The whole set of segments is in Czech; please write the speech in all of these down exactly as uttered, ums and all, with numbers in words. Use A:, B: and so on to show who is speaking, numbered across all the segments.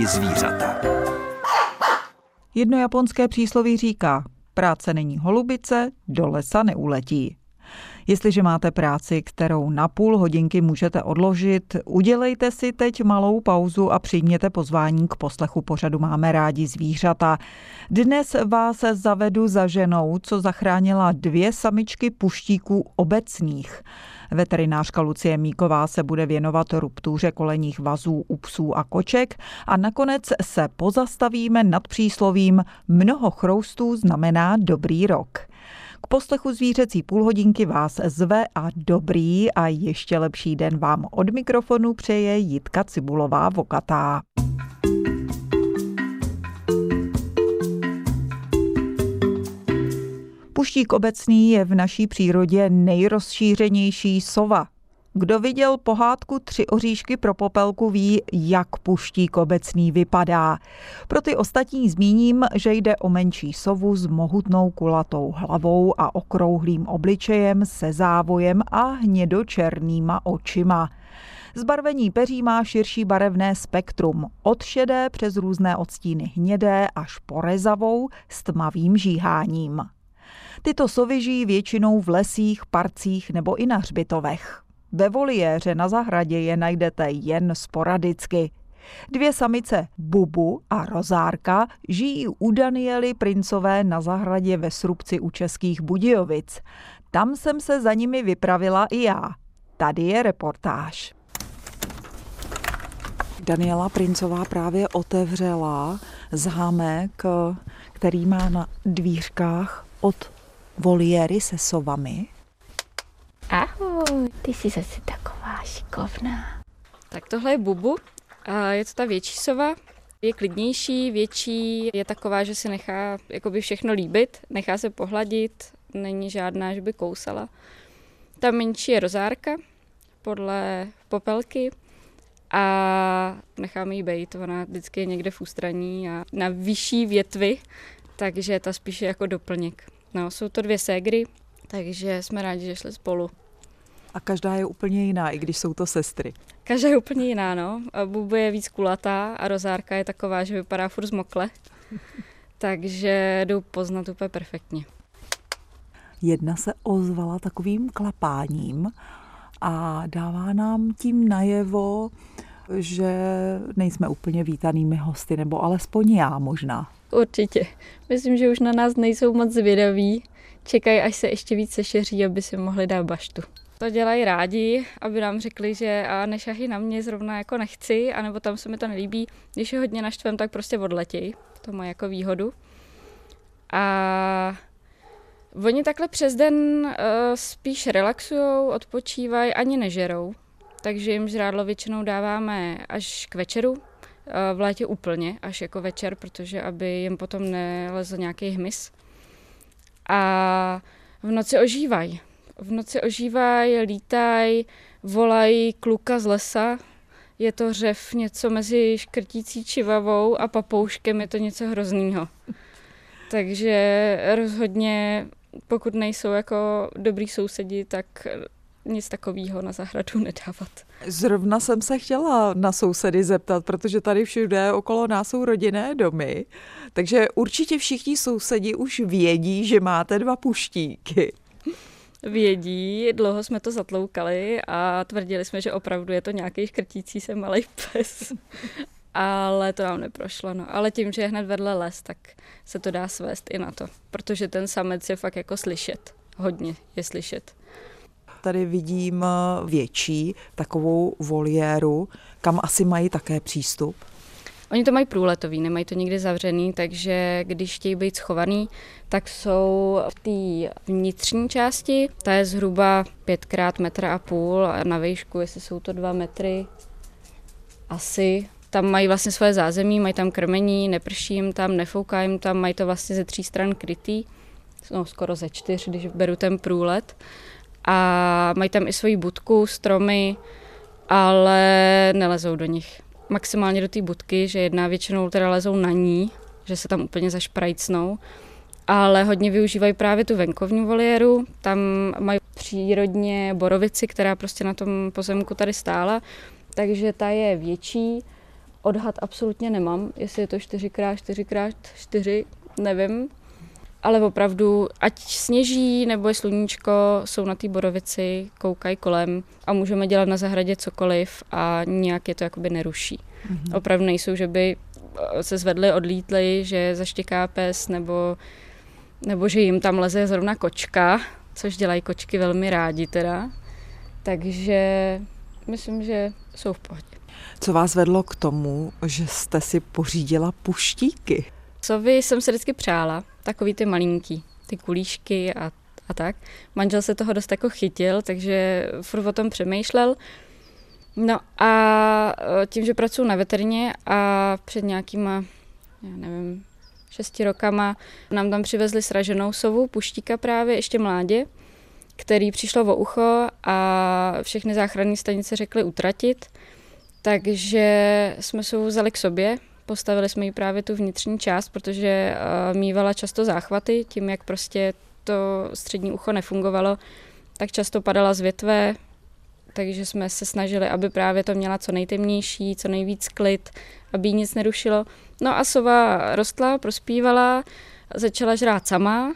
A: rádi zvířata.
B: Jedno japonské přísloví říká: práce není holubice, do lesa neuletí. Jestliže máte práci, kterou na půl hodinky můžete odložit, udělejte si teď malou pauzu a přijměte pozvání k poslechu pořadu Máme rádi zvířata. Dnes vás zavedu za ženou, co zachránila dvě samičky puštíků obecných. Veterinářka Lucie Míková se bude věnovat ruptuře kolenních vazů u psů a koček a nakonec se pozastavíme nad příslovím mnoho chroustů znamená dobrý rok. K poslechu zvířecí půlhodinky vás zve a dobrý a ještě lepší den vám od mikrofonu přeje Jitka Cibulová-Vokatá. Puštík obecný je v naší přírodě nejrozšířenější sova. Kdo viděl pohádku Tři oříšky pro Popelku, ví, jak puštík obecný vypadá. Pro ty ostatní zmíním, že jde o menší sovu s mohutnou kulatou hlavou a okrouhlým obličejem se závojem a hnědočernýma očima. Zbarvení peří má širší barevné spektrum, od šedé přes různé odstíny hnědé až po rezavou s tmavým žíháním. Tyto sovy žijí většinou v lesích, parcích nebo i na hřbitovech. Ve voliéře na zahradě je najdete jen sporadicky. Dvě samice Bubu a Rozárka žijí u Daniely Princové na zahradě ve Srubci u Českých Budějovic. Tam jsem se za nimi vypravila i já. Tady je reportáž. Daniela Princová právě otevřela zámek, který má na dvířkách od voliéry se sovami.
C: Ahoj, ty jsi zase taková šikovná.
D: Tak tohle je Bubu, a je to ta větší sova, je klidnější, větší, je taková, že si nechá jakoby všechno líbit, nechá se pohladit, není žádná, že by kousala. Ta menší je Rozárka, podle Popelky, a necháme jí bejt, ona vždycky je někde v ústraní a na vyšší větvi, takže ta spíše jako doplněk. No, jsou to dvě ségry, takže jsme rádi, že šli spolu.
B: A každá je úplně jiná, i když jsou to sestry.
D: Každá je úplně jiná, no. A Bubu je víc kulatá a Rozárka je taková, že vypadá furt zmokle. Takže jdou poznat úplně perfektně.
B: Jedna se ozvala takovým klapáním a dává nám tím najevo, že nejsme úplně vítanými hosty, nebo alespoň já možná.
D: Určitě. Myslím, že už na nás nejsou moc zvědaví. Čekají, až se ještě víc sešeří, aby si mohli dát baštu. To dělají rádi, aby nám řekli, že a nešahy na mě zrovna jako nechci, anebo tam se mi to nelíbí. Když je hodně naštvem, tak prostě odletěj. To má jako výhodu. A oni takhle přes den uh, spíš relaxujou, odpočívají, ani nežerou. Takže jim žrádlo většinou dáváme až k večeru. Uh, v létě úplně, až jako večer, protože aby jim potom nelezl nějaký hmyz. A v noci ožívají. V noci ožívají, lítají, volají kluka z lesa. Je to řev něco mezi škrtící čivavou a papouškem, je to něco hroznýho. Takže rozhodně, pokud nejsou jako dobrý sousedi, tak nic takového na zahradu nedávat.
B: Zrovna jsem se chtěla na sousedy zeptat, protože tady všude okolo nás jsou rodinné domy, takže určitě všichni sousedi už vědí, že máte dva puštíky.
D: Vědí, dlouho jsme to zatloukali a tvrdili jsme, že opravdu je to nějaký škrtící se malej pes. Ale to nám neprošlo. No. Ale tím, že je hned vedle les, tak se to dá svést i na to. Protože ten samec je fakt jako slyšet. Hodně je slyšet.
B: Tady vidím větší takovou voliéru, kam asi mají také přístup.
D: Oni to mají průletový, nemají to nikdy zavřený, takže když chtějí být schovaný, tak jsou v té vnitřní části. Ta je zhruba pětkrát metr a půl a na výšku, jestli jsou to dva metry, asi. Tam mají vlastně svoje zázemí, mají tam krmení, neprší jim tam, nefouká jim tam, mají to vlastně ze tří stran krytý, no skoro ze čtyř, když beru ten průlet. A mají tam i svoji budku, stromy, ale nelezou do nich. Maximálně do té budky, že jedna většinou teda lezou na ní, že se tam úplně zašprajcnou, ale hodně využívají právě tu venkovní voliéru. Tam mají přírodně borovici, která prostě na tom pozemku tady stála, takže ta je větší, odhad absolutně nemám, jestli je to čtyři krát čtyři krát čtyři, nevím. Ale opravdu, ať sněží nebo je sluníčko, jsou na té borovici, koukají kolem a můžeme dělat na zahradě cokoliv a nijak je to jakoby neruší. Mm-hmm. Opravdu nejsou, že by se zvedli, odlítli, že zaštěká pes nebo, nebo že jim tam leze zrovna kočka, což dělají kočky velmi rádi teda. Takže myslím, že jsou v pohodě.
B: Co vás vedlo k tomu, že jste si pořídila puštíky?
D: Sovy jsem se vždycky přála, takový ty malinký, ty kulíšky a, a tak. Manžel se toho dost jako chytil, takže furt o tom přemýšlel. No a tím, že pracuji na veterině a před nějakýma, já nevím, šesti rokama nám tam přivezli sraženou sovu, puštíka právě, ještě mládě, který přišlo o ucho a všechny záchranné stanice řekly utratit. Takže jsme sovu vzali k sobě, postavili jsme jí právě tu vnitřní část, protože mívala často záchvaty, tím jak prostě to střední ucho nefungovalo, tak často padala z větve, takže jsme se snažili, aby právě to měla co nejtemnější, co nejvíc klid, aby jí nic nerušilo. No a sova rostla, prospívala, začala žrát sama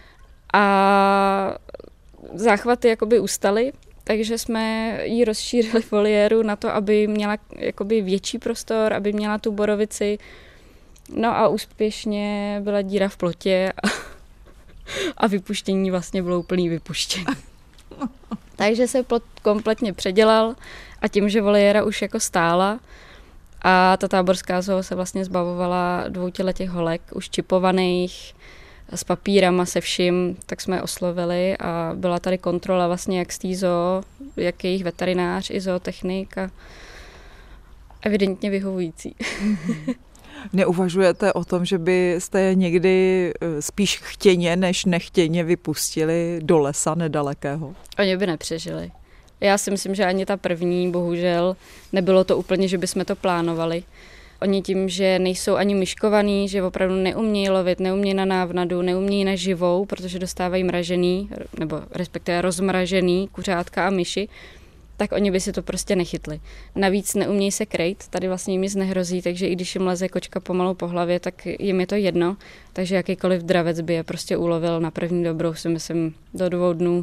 D: a záchvaty jakoby ustaly, takže jsme jí rozšířili voliéru na to, aby měla jakoby větší prostor, aby měla tu borovici. No a úspěšně byla díra v plotě a, a vypuštění vlastně bylo úplný vypuštění. Takže se plot kompletně předělal a tím, že voliéra už jako stála a ta táborská zoo se vlastně zbavovala dvou těch holek, už čipovaných, s papírama, se vším, tak jsme je oslovili a byla tady kontrola vlastně jak z té zoo, jak jejich veterinář i zootechnik a evidentně vyhovující.
B: Neuvažujete o tom, že byste je někdy spíš chtěně než nechtěně vypustili do lesa nedalekého?
D: Oni by nepřežili. Já si myslím, že ani ta první, bohužel, nebylo to úplně, že bychom to plánovali. Oni tím, že nejsou ani myškovaný, že opravdu neumějí lovit, neumějí na návnadu, neumějí na živou, protože dostávají mražený, nebo respektive rozmražený kuřátka a myši, tak oni by si to prostě nechytli. Navíc neumějí se krejt, tady vlastně jim nic nehrozí, takže i když jim leze kočka pomalu po hlavě, tak jim je to jedno, takže jakýkoliv dravec by je prostě ulovil na první dobrou, si myslím, do dvou dnů.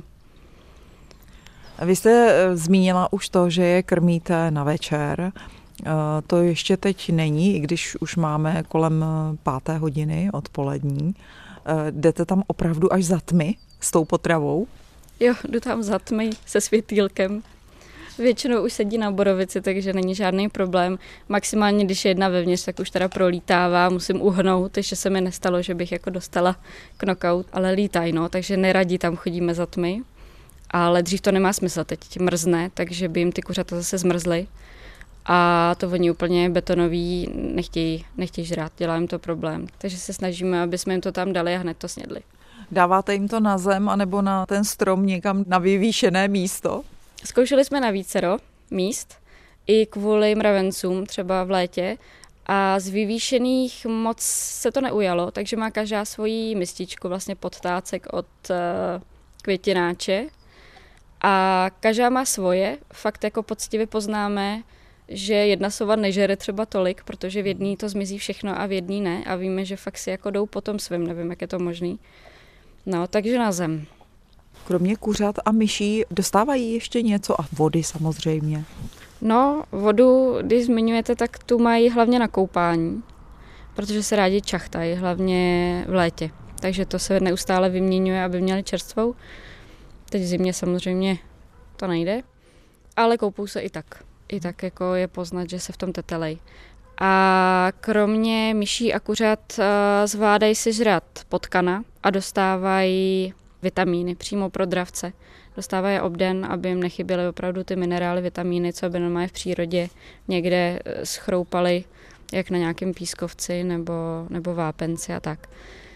B: Vy jste zmínila už to, že je krmíte na večer. To ještě teď není, i když už máme kolem páté hodiny odpolední. Jdete tam opravdu až za tmy s tou potravou?
D: Jo, jdu tam za tmy se světýlkem. Většinou už sedí na borovici, takže není žádný problém. Maximálně, když je jedna vevnitř, tak už teda prolítává, musím uhnout, ještě se mi nestalo, že bych jako dostala knockout, ale lítají, no, takže neradi tam chodíme za tmy. Ale dřív to nemá smysl, teď mrzne, takže by jim ty kuřata zase zmrzly. A to oni úplně betonoví nechtějí, nechtějí žrát, dělá jim to problém. Takže se snažíme, aby jsme jim to tam dali a hned to snědli.
B: Dáváte jim to na zem anebo na ten strom někam na vyvýšené místo?
D: Zkoušeli jsme na vícero míst, i kvůli mravencům třeba v létě. A z vyvýšených moc se to neujalo, takže má každá svoji mističku, vlastně podtácek od uh, květináče. A každá má svoje, fakt jako poctivě poznáme, že jedna sova nežere třeba tolik, protože v jedný to zmizí všechno a v jedný ne a víme, že fakt si jako jdou po tom svým, nevím, jak je to možný. No, takže na zem.
B: Kromě kuřat a myší dostávají ještě něco a vody samozřejmě.
D: No, vodu, když zmiňujete, tak tu mají hlavně na koupání, protože se rádi čachtají, hlavně v létě. Takže to se neustále vyměňuje, aby měli čerstvou. Teď v zimě samozřejmě to nejde, ale koupou se i tak. I tak jako je poznat, že se v tom tetelej. A kromě myší a kuřat zvládají si žrat potkana a dostávají vitamíny přímo pro dravce. Dostávají obden, aby jim nechyběly opravdu ty minerály, vitamíny, co by normálně v přírodě někde schroupaly, jak na nějakém pískovci nebo, nebo vápenci a tak.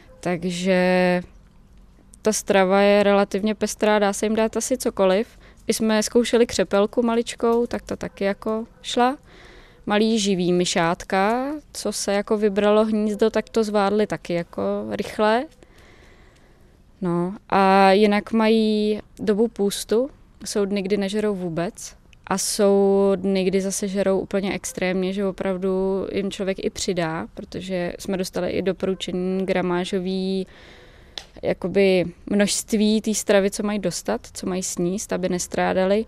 D: Takže ta strava je relativně pestrá, dá se jim dát asi cokoliv. Když jsme zkoušeli křepelku maličkou, tak to taky jako šla. Malý živý myšátka, co se jako vybralo hnízdo, tak to zvládli taky jako rychle. No a jinak mají dobu půstu, jsou dny, kdy nežerou vůbec A jsou dny, kdy zase žerou úplně extrémně, že opravdu jim člověk i přidá, protože jsme dostali i doporučení gramážový jakoby množství té stravy, co mají dostat, co mají sníst, aby nestrádali.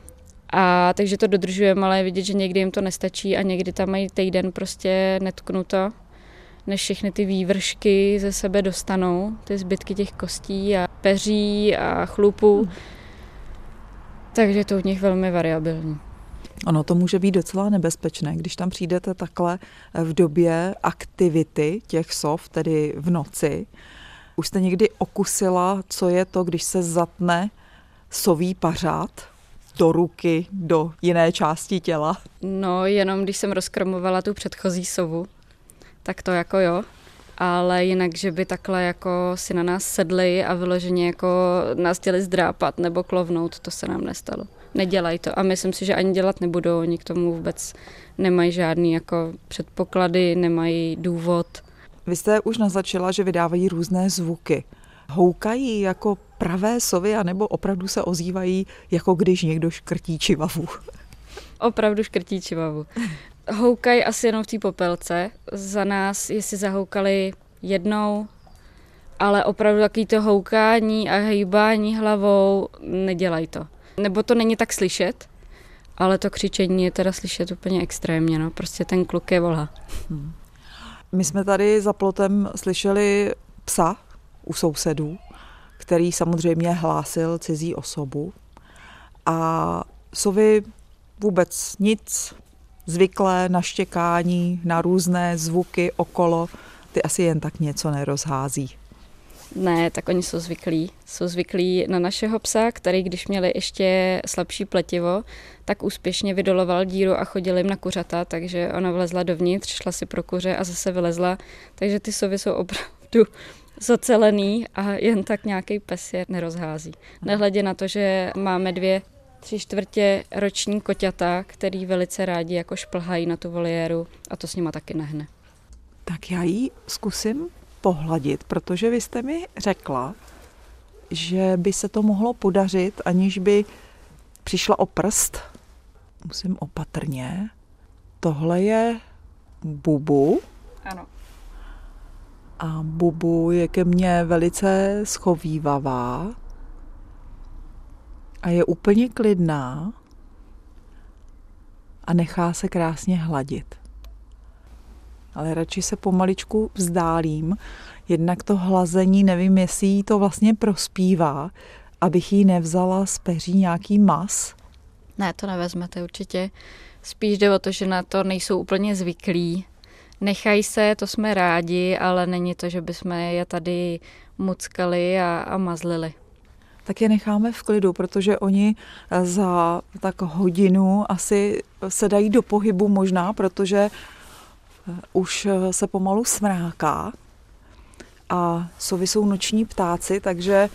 D: A takže to dodržujeme, ale je vidět, že někdy jim to nestačí a někdy tam mají týden prostě netknuto, než všechny ty vývršky ze sebe dostanou, ty zbytky těch kostí a peří a chlupů. Hmm. Takže je to u nich velmi variabilní.
B: Ono to může být docela nebezpečné, když tam přijdete takhle v době aktivity těch sov, tedy v noci. Už jste někdy okusila, co je to, když se zatne soví pařád do ruky, do jiné části těla?
D: No, jenom když jsem rozkromovala tu předchozí sovu, tak to jako jo. Ale jinak, že by takhle jako si na nás sedli a vyloženě jako nás chtěli zdrápat nebo klovnout, to se nám nestalo. Nedělají to a myslím si, že ani dělat nebudou, oni k tomu vůbec nemají žádný jako předpoklady, nemají důvod.
B: Vy jste už naznačila, že vydávají různé zvuky. Houkají jako pravé sovy, anebo opravdu se ozývají, jako když někdo škrtí čivavu?
D: Opravdu škrtí čivavu. Houkají asi jenom v té popelce. Za nás, jestli zahoukali jednou, ale opravdu takový to houkání a hejbání hlavou, nedělají to. Nebo to není tak slyšet, ale to křičení je teda slyšet úplně extrémně. No. Prostě ten kluk je volá.
B: Hmm. My jsme tady za plotem slyšeli psa u sousedů, který samozřejmě hlásil cizí osobu. A sovy vůbec nic, zvyklé na štěkání, na různé zvuky okolo, ty asi jen tak něco nerozhází.
D: Ne, tak oni jsou zvyklí. Jsou zvyklí na našeho psa, který když měli ještě slabší pletivo, tak úspěšně vydoloval díru a chodil jim na kuřata, takže ona vlezla dovnitř, šla si pro kuře a zase vylezla. Takže ty sovy jsou opravdu zocelený a jen tak nějaký pes je nerozhází. Nehledě na to, že máme dvě tři čtvrtě roční koťata, který velice rádi jako šplhají na tu voliéru a to s nima taky nehne.
B: Tak já jí zkusím pohladit, protože vy jste mi řekla, že by se to mohlo podařit, aniž by přišla o prst. Musím opatrně. Tohle je Bubu.
D: Ano.
B: A Bubu je ke mně velice schovívavá a je úplně klidná a nechá se krásně hladit. Ale radši se pomaličku vzdálím, jednak to hlazení, nevím, jestli jí to vlastně prospívá, abych jí nevzala z peří nějaký mas.
D: Ne, to nevezmete určitě. Spíš jde o to, že na to nejsou úplně zvyklí. Nechají se, to jsme rádi, ale není to, že bychom je tady muckali a, a mazlili.
B: Tak je necháme v klidu, protože oni za tak hodinu asi se dají do pohybu možná, protože už se pomalu smráká a sovy jsou noční ptáci, takže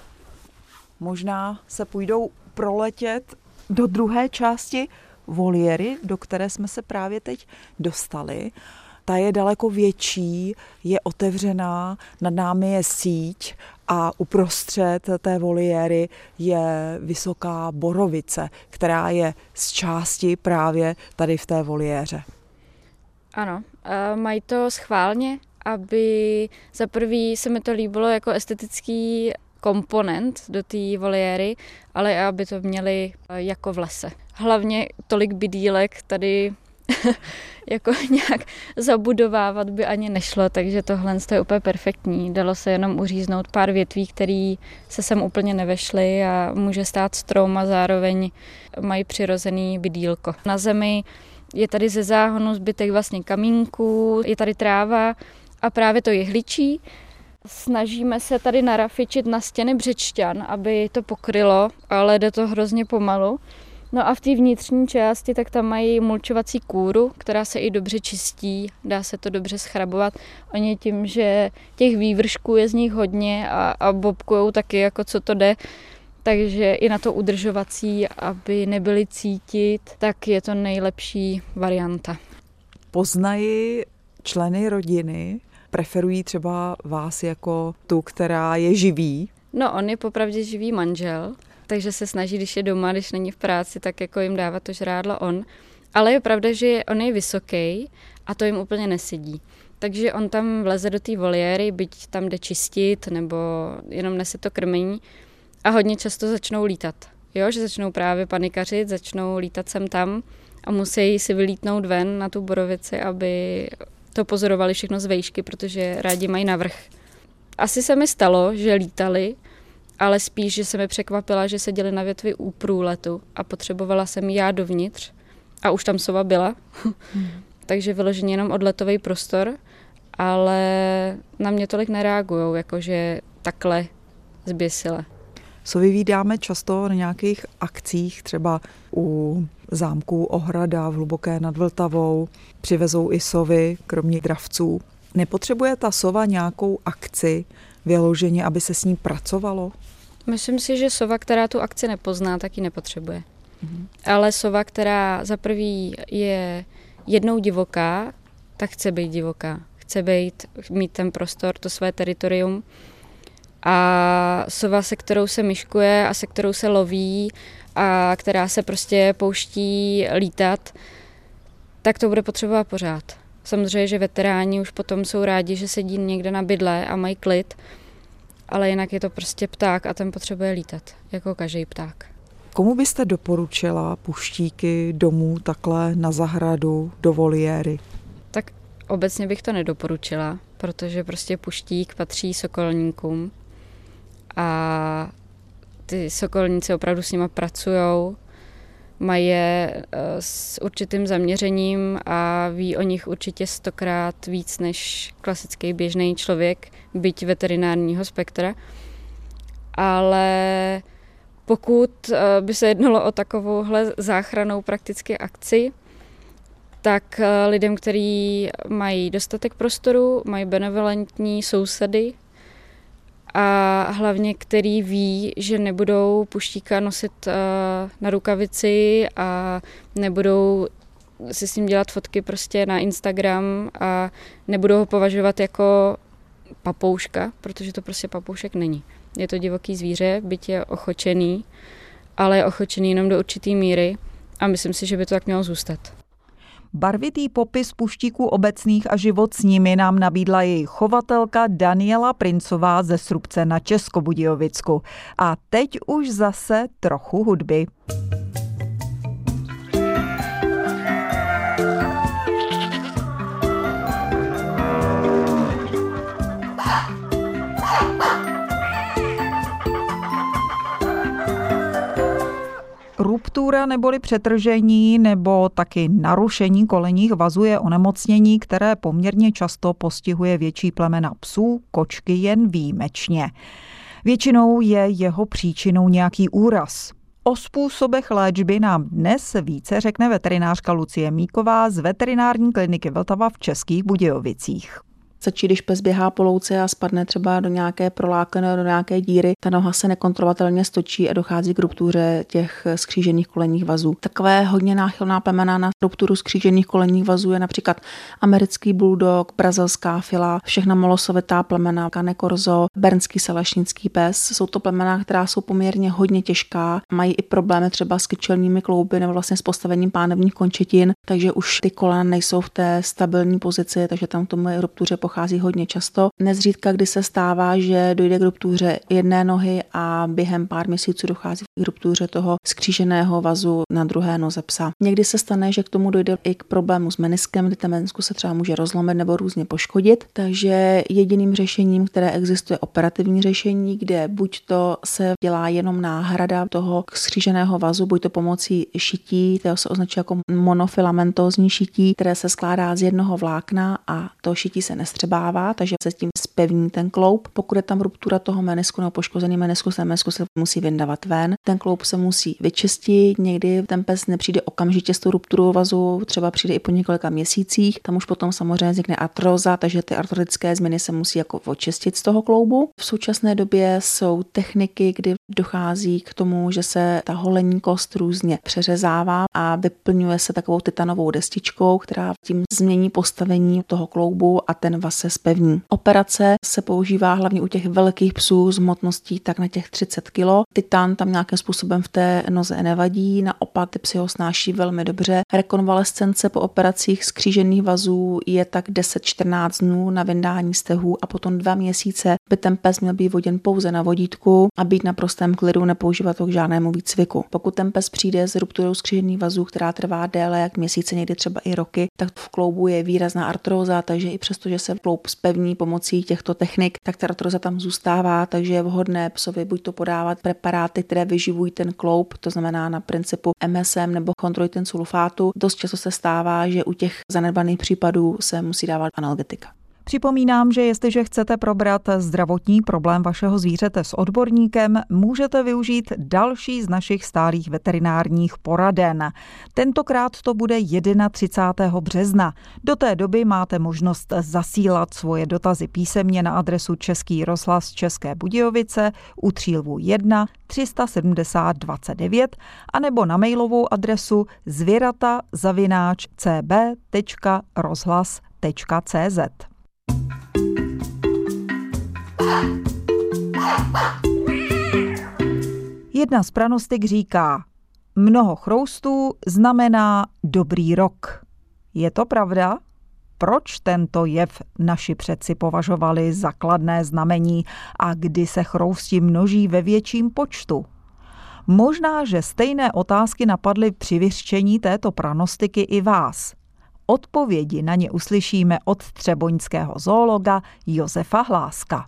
B: možná se půjdou proletět do druhé části voliéry, do které jsme se právě teď dostali. Ta je daleko větší, je otevřená, nad námi je síť a uprostřed té voliéry je vysoká borovice, která je z části právě tady v té voliéře.
D: Ano, mají to schválně, aby za prvý se mi to líbilo jako estetický komponent do té voliéry, ale aby to měli jako v lese. Hlavně tolik bydýlek tady jako nějak zabudovávat by ani nešlo, takže tohle je úplně perfektní. Dalo se jenom uříznout pár větví, které se sem úplně nevešly a může stát strom a zároveň mají přirozený bydýlko. Na zemi je tady ze záhonu zbytek vlastně kamínků, je tady tráva a právě to jehličí. Snažíme se tady narafičit na stěny břečťan, aby to pokrylo, ale jde to hrozně pomalu. No a v té vnitřní části tak tam mají mulčovací kůru, která se i dobře čistí, dá se to dobře schrabovat. Oni tím, že těch vývršků je z nich hodně a, a bobkujou taky, jako co to jde, takže i na to udržovací, aby nebyli cítit, tak je to nejlepší varianta.
B: Poznají členy rodiny, preferují třeba vás jako tu, která je živý?
D: No, on je popravdě živý manžel. takže se snaží, když je doma, když není v práci, tak jako jim dávat to žrádlo on. Ale je pravda, že on je vysoký a to jim úplně nesedí. Takže on tam vleze do té voliéry, byť tam jde čistit nebo jenom nese to krmení a hodně často začnou lítat. Jo, že začnou právě panikařit, začnou lítat sem tam a musí si vylítnout ven na tu borovici, aby to pozorovali všechno z vejšky, protože rádi mají navrch. Asi se mi stalo, že lítali, ale spíš, že se mi překvapila, že seděli na větvi u průletu a potřebovala jsem já dovnitř a už tam sova byla. Hmm. Takže vyloženě jenom odletový prostor, ale na mě tolik nereagujou, jakože takhle zběsile.
B: Sovy vídáme často na nějakých akcích, třeba u zámku Ohrada v Hluboké nad Vltavou. Přivezou i sovy, kromě dravců. Nepotřebuje ta sova nějakou akci vyloženě, aby se s ní pracovalo?
D: Myslím si, že sova, která tu akci nepozná, tak ji nepotřebuje. Mhm. Ale sova, která za prvý je jednou divoká, tak chce být divoká. Chce být, mít ten prostor, to své teritorium. A sova, se kterou se myškuje a se kterou se loví a která se prostě pouští lítat, tak to bude potřebovat pořád. Samozřejmě, že veteráni už potom jsou rádi, že sedí někde na bydle a mají klid, ale jinak je to prostě pták a ten potřebuje lítat, jako každý pták.
B: Komu byste doporučila puštíky domů takhle na zahradu do voliéry?
D: Tak obecně bych to nedoporučila, protože prostě puštík patří sokolníkům a ty sokolníci opravdu s nima pracujou, mají je s určitým zaměřením a ví o nich určitě stokrát víc než klasický běžný člověk, byť veterinárního spektra. Ale pokud by se jednalo o takovouhle záchrannou prakticky akci, tak lidem, kteří mají dostatek prostoru, mají benevolentní sousedy a hlavně který ví, že nebudou puštíka nosit na rukavici a nebudou si s ním dělat fotky prostě na Instagram a nebudou ho považovat jako papouška, protože to prostě papoušek není. Je to divoký zvíře, byť je ochočený, ale je ochočený jenom do určitý míry a myslím si, že by to tak mělo zůstat.
B: Barvitý popis puštíků obecných a život s nimi nám nabídla její chovatelka Daniela Princová ze Srubce na Českobudějovicku. A teď už zase trochu hudby. Ruptura neboli přetržení nebo taky narušení kolenních vazů je onemocnění, které poměrně často postihuje větší plemena psů, kočky jen výjimečně. Většinou je jeho příčinou nějaký úraz. O způsobech léčby nám dnes více řekne veterinářka Lucie Míková z veterinární kliniky Vltava v Českých Budějovicích.
A: Stačí, když pes běhá po louce a spadne třeba do nějaké proláklené, do nějaké díry, ta noha se nekontrolovatelně stočí a dochází k ruptuře těch skřížených kolenních vazů. Takové hodně náchylná plemena na rupturu skřížených kolenních vazů je například americký bulldog, brazilská fila, všechna molosovitá plemena, Cane Corso, bernský salešnický pes. Jsou to plemena, která jsou poměrně hodně těžká, mají i problémy třeba s kyčelními klouby nebo vlastně s postavením pánevních končetin, takže už ty kolena nejsou v té stabilní pozici, takže tam k tomu ruptuře pochází hodně často. Nezřídka, kdy se stává, že dojde k ruptuře jedné nohy a během pár měsíců dochází k ruptuře toho skříženého vazu na druhé noze psa. Někdy se stane, že k tomu dojde i k problému s meniskem, kdy ten meniskus se třeba může rozlomit nebo různě poškodit. Takže jediným řešením, které existuje, operativní řešení, kde buď to se dělá jenom náhrada toho skříženého vazu, buď to pomocí šití, to se označuje jako monofilamentózní šití, které se skládá z jednoho vlákna a to šití se nestřebává, takže se tím zpevní ten kloub. Pokud je tam ruptura toho menisku nebo poškozený meniskus, ten meniskus se musí vyndavat ven. Ten kloub se musí vyčistit, někdy ten pes nepřijde okamžitě s tou rupturou vazu, třeba přijde i po několika měsících. Tam už potom samozřejmě vznikne artróza, takže ty artrotické změny se musí jako očistit z toho kloubu. V současné době jsou techniky, kdy dochází k tomu, že se ta holenní kost různě přeřezává a vyplňuje se takovou titanovou destičkou, která tím změní postavení toho kloubu a ten vaz se zpevní. Operace se používá hlavně u těch velkých psů s hmotností tak na těch třicet kilo. Titan tam nějakým způsobem v té noze nevadí, naopak ty psy ho snáší velmi dobře. Rekonvalescence po operacích skřížených vazů je tak deset čtrnáct dnů na vyndání stehů a potom dva měsíce by ten pes měl být voděn pouze na vodítku a být na prostém klidu, nepoužívat to k žádnému výcviku. Pokud ten pes přijde s rupturou skřížených vazů, která trvá déle jak měsíce, někdy třeba i roky, tak v kloubu je výrazná artróza, takže i přesto, že se kloub zpevní pomocí těchto technik, tak ta artróza tam zůstává, takže je vhodné psovi buď to podávat preparáty, které vyživují ten kloub, to znamená na principu M S M nebo chondroitin sulfátu. Dost často se stává, že u těch zanedbaných případů se musí dávat analgetika.
B: Připomínám, že jestliže chcete probrat zdravotní problém vašeho zvířete s odborníkem, můžete využít další z našich stálých veterinárních poraden. Tentokrát to bude třicátého prvního března. Do té doby máte možnost zasílat svoje dotazy písemně na adresu Český rozhlas České Budějovice u Třílvu jedna tři sedmdesát dvacet devět anebo na mailovou adresu zvěrata zavináč c b tečka rozhlas tečka c z. Jedna z pranostik říká, mnoho chroustů znamená dobrý rok. Je to pravda? Proč tento jev naši předci považovali za kladné znamení a kdy se chrousti množí ve větším počtu? Možná, že stejné otázky napadly při vyřčení této pranostiky i vás. Odpovědi na ně uslyšíme od třeboňského zoologa Josefa Hláska.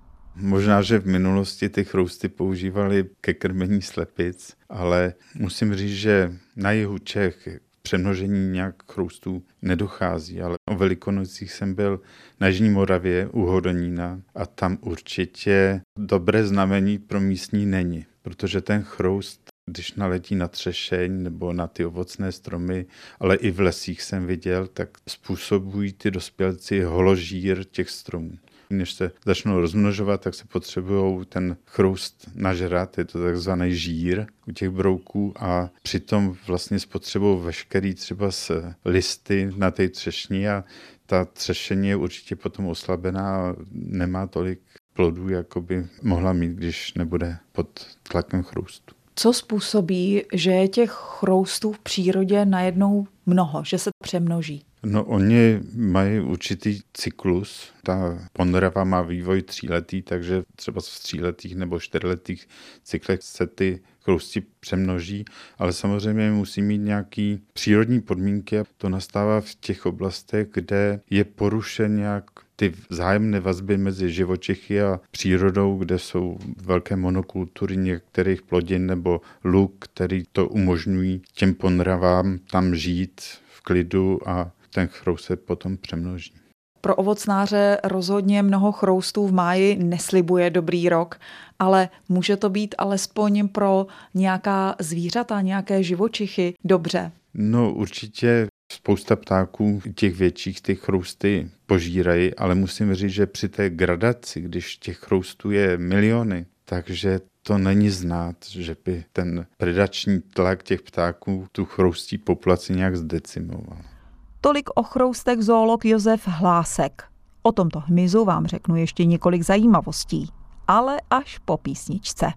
E: Možná, že v minulosti ty chrousty používali ke krmení slepic, ale musím říct, že na jihu Čech přemnožení nějak chroustů nedochází, ale o Velikonocích jsem byl na Jižní Moravě u Hodonína a tam určitě dobré znamení pro místní není, protože ten chroust, když naletí na třešeň nebo na ty ovocné stromy, ale i v lesích jsem viděl, tak způsobují ty dospělci holožír těch stromů. Než se začnou rozmnožovat, tak se potřebují ten chroust nažrat, je to takzvaný žír u těch brouků a přitom vlastně spotřebují veškerý třeba z listy na té třešni a ta třešeň je určitě potom oslabená a nemá tolik plodů, jako by mohla mít, když nebude pod tlakem chroustu.
B: Co způsobí, že je těch chroustů v přírodě najednou mnoho, že se přemnoží?
E: No oni mají určitý cyklus. Ta ponrava má vývoj tříletý, takže třeba v tříletých nebo čtyřletých cyklech se ty chrousti přemnoží, ale samozřejmě musí mít nějaký přírodní podmínky a to nastává v těch oblastech, kde je porušen nějak ty vzájemné vazby mezi živočichy a přírodou, kde jsou velké monokultury některých plodin nebo luk, který to umožňují těm ponravám tam žít v klidu a ten chroust se potom přemnoží.
B: Pro ovocnáře rozhodně mnoho chroustů v máji neslibuje dobrý rok, ale může to být alespoň pro nějaká zvířata, nějaké živočichy dobře.
E: No určitě spousta ptáků, těch větších, ty chrousty požírají, ale musím říct, že při té gradaci, když těch chroustů je miliony, takže to není znát, že by ten predační tlak těch ptáků tu chroustí populaci nějak zdecimoval.
B: Tolik o chroustech zoolog Josef Hlásek. O tomto hmyzu vám řeknu ještě několik zajímavostí, ale až po písničce.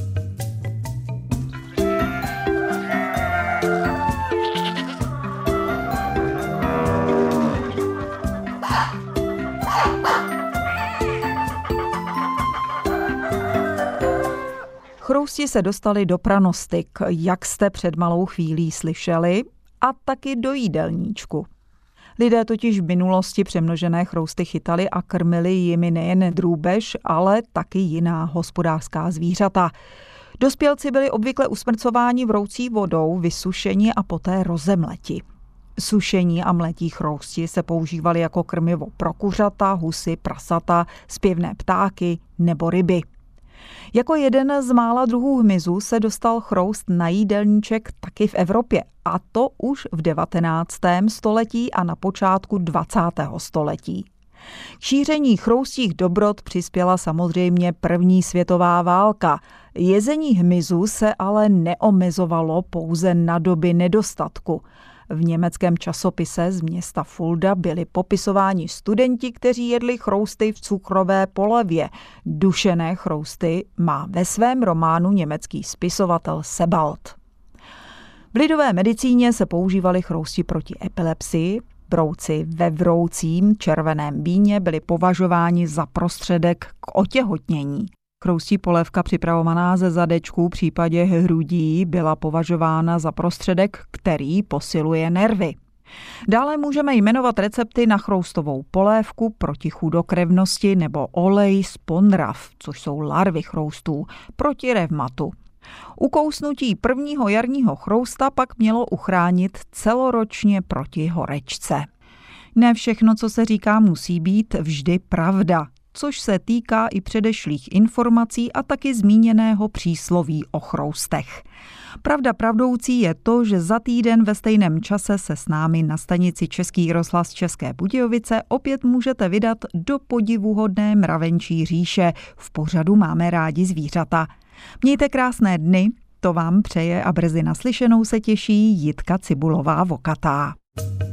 B: Chrousti se dostali do pranostik, jak jste před malou chvílí slyšeli, a taky do jídelníčku. Lidé totiž v minulosti přemnožené chrousty chytali a krmili jimi nejen drůbež, ale taky jiná hospodářská zvířata. Dospělci byli obvykle usmrcováni vroucí vodou, vysušeni a poté rozemleti. Sušení a mletí chrousti se používali jako krmivo pro kuřata, husy, prasata, zpěvné ptáky nebo ryby. Jako jeden z mála druhů hmyzu se dostal chroust na jídelníček taky v Evropě, a to už v devatenáctém století a na počátku dvacátého století. K šíření chroustích dobrot přispěla samozřejmě první světová válka. Jezení hmyzu se ale neomezovalo pouze na doby nedostatku. V německém časopise z města Fulda byli popisováni studenti, kteří jedli chrousty v cukrové polevě. Dušené chrousty má ve svém románu německý spisovatel Sebald. V lidové medicíně se používaly chrousti proti epilepsii. Brouci ve vroucím červeném víně byli považováni za prostředek k otěhotnění. Chroustí polévka připravovaná ze zadečků v případě hrudí byla považována za prostředek, který posiluje nervy. Dále můžeme jmenovat recepty na chroustovou polévku proti chudokrevnosti nebo olej z ponrav, což jsou larvy chroustů, proti revmatu. Ukousnutí prvního jarního chrousta pak mělo uchránit celoročně proti horečce. Ne všechno, co se říká, musí být vždy pravda, což se týká i předešlých informací a taky zmíněného přísloví o chroustech. Pravda pravdoucí je to, že za týden ve stejném čase se s námi na stanici Český rozhlas České Budějovice opět můžete vydat do podivuhodné mravenčí říše. V pořadu Máme rádi zvířata. Mějte krásné dny, to vám přeje a brzy naslyšenou se těší Jitka Cibulová Vokatá.